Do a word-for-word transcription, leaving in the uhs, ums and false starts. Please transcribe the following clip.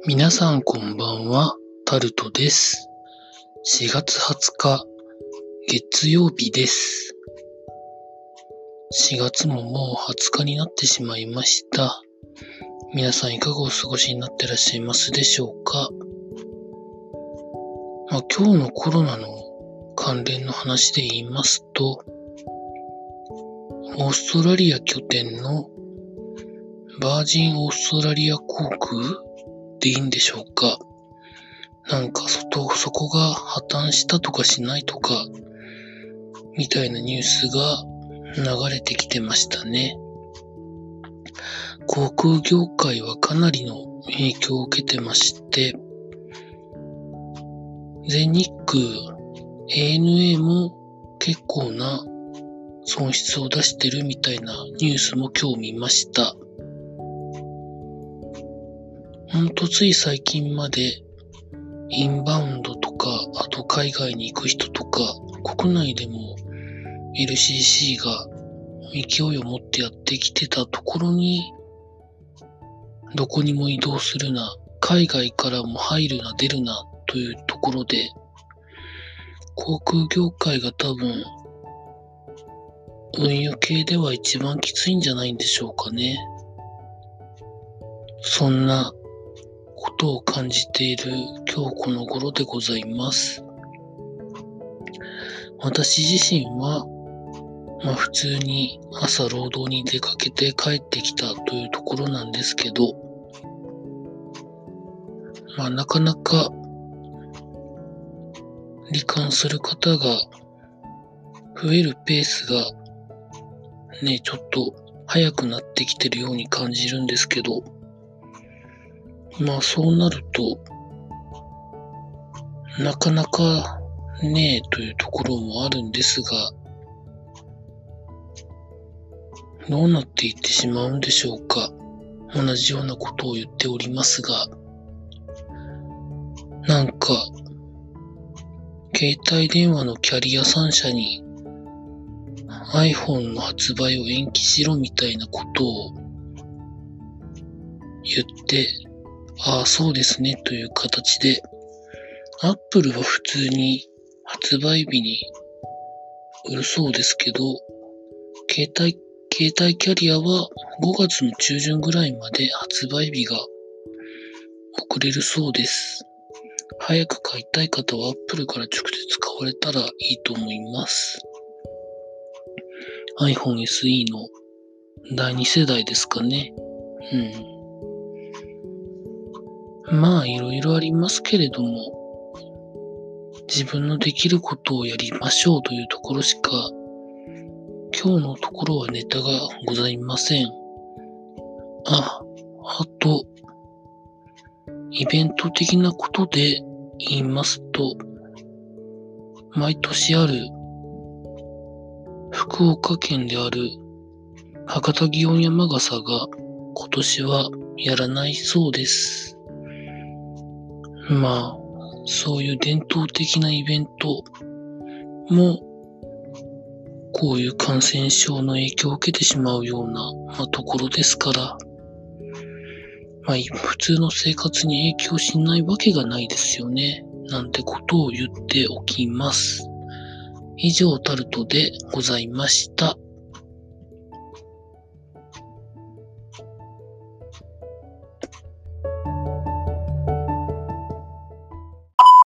皆さんこんばんは、タルトです。しがつはつか、月曜日です。しがつももうはつかになってしまいました。皆さんいかがお過ごしになってらっしゃいますでしょうか。まあ、今日のコロナの関連の話で言いますと、オーストラリア拠点のバージンオーストラリア航空でいいんでしょうか。なんかそと、そこが破綻したとかしないとか、みたいなニュースが流れてきてましたね。航空業界はかなりの影響を受けてまして、全日空、エーエヌエー も結構な損失を出してるみたいなニュースも今日見ました。ほんとつい最近までインバウンドとか、あと海外に行く人とか、国内でも エルシーシー が勢いを持ってやってきてたところに、どこにも移動するな、海外からも入るな出るなというところで、航空業界が多分、運輸系では一番きついんじゃないんでしょうかね。そんなことを感じている今日この頃でございます。私自身は、まあ普通に朝労働に出かけて帰ってきたというところなんですけど、まあなかなか罹患する方が増えるペースがね、ちょっと早くなってきてるように感じるんですけど、まあそうなると、なかなかねえというところもあるんですが、どうなっていってしまうんでしょうか。同じようなことを言っておりますが、なんか、携帯電話のキャリアさん社に iPhone の発売を延期しろみたいなことを言って、ああそうですねという形で、Apple は普通に発売日に売るそうですけど、携帯、携帯キャリアはごがつの中旬ぐらいまで発売日が遅れるそうです。早く買いたい方は Apple から直接買われたらいいと思います。iPhone エスイー のだいに世代ですかね。うん。まあいろいろありますけれども、自分のできることをやりましょうというところしか、今日のところはネタがございません。あ、あと、イベント的なことで言いますと、毎年ある福岡県である博多祇園山笠が今年はやらないそうです。まあ、そういう伝統的なイベントもこういう感染症の影響を受けてしまうような、まあ、ところですから、まあ、普通の生活に影響しないわけがないですよね。なんてことを言っておきます。以上タルトでございました。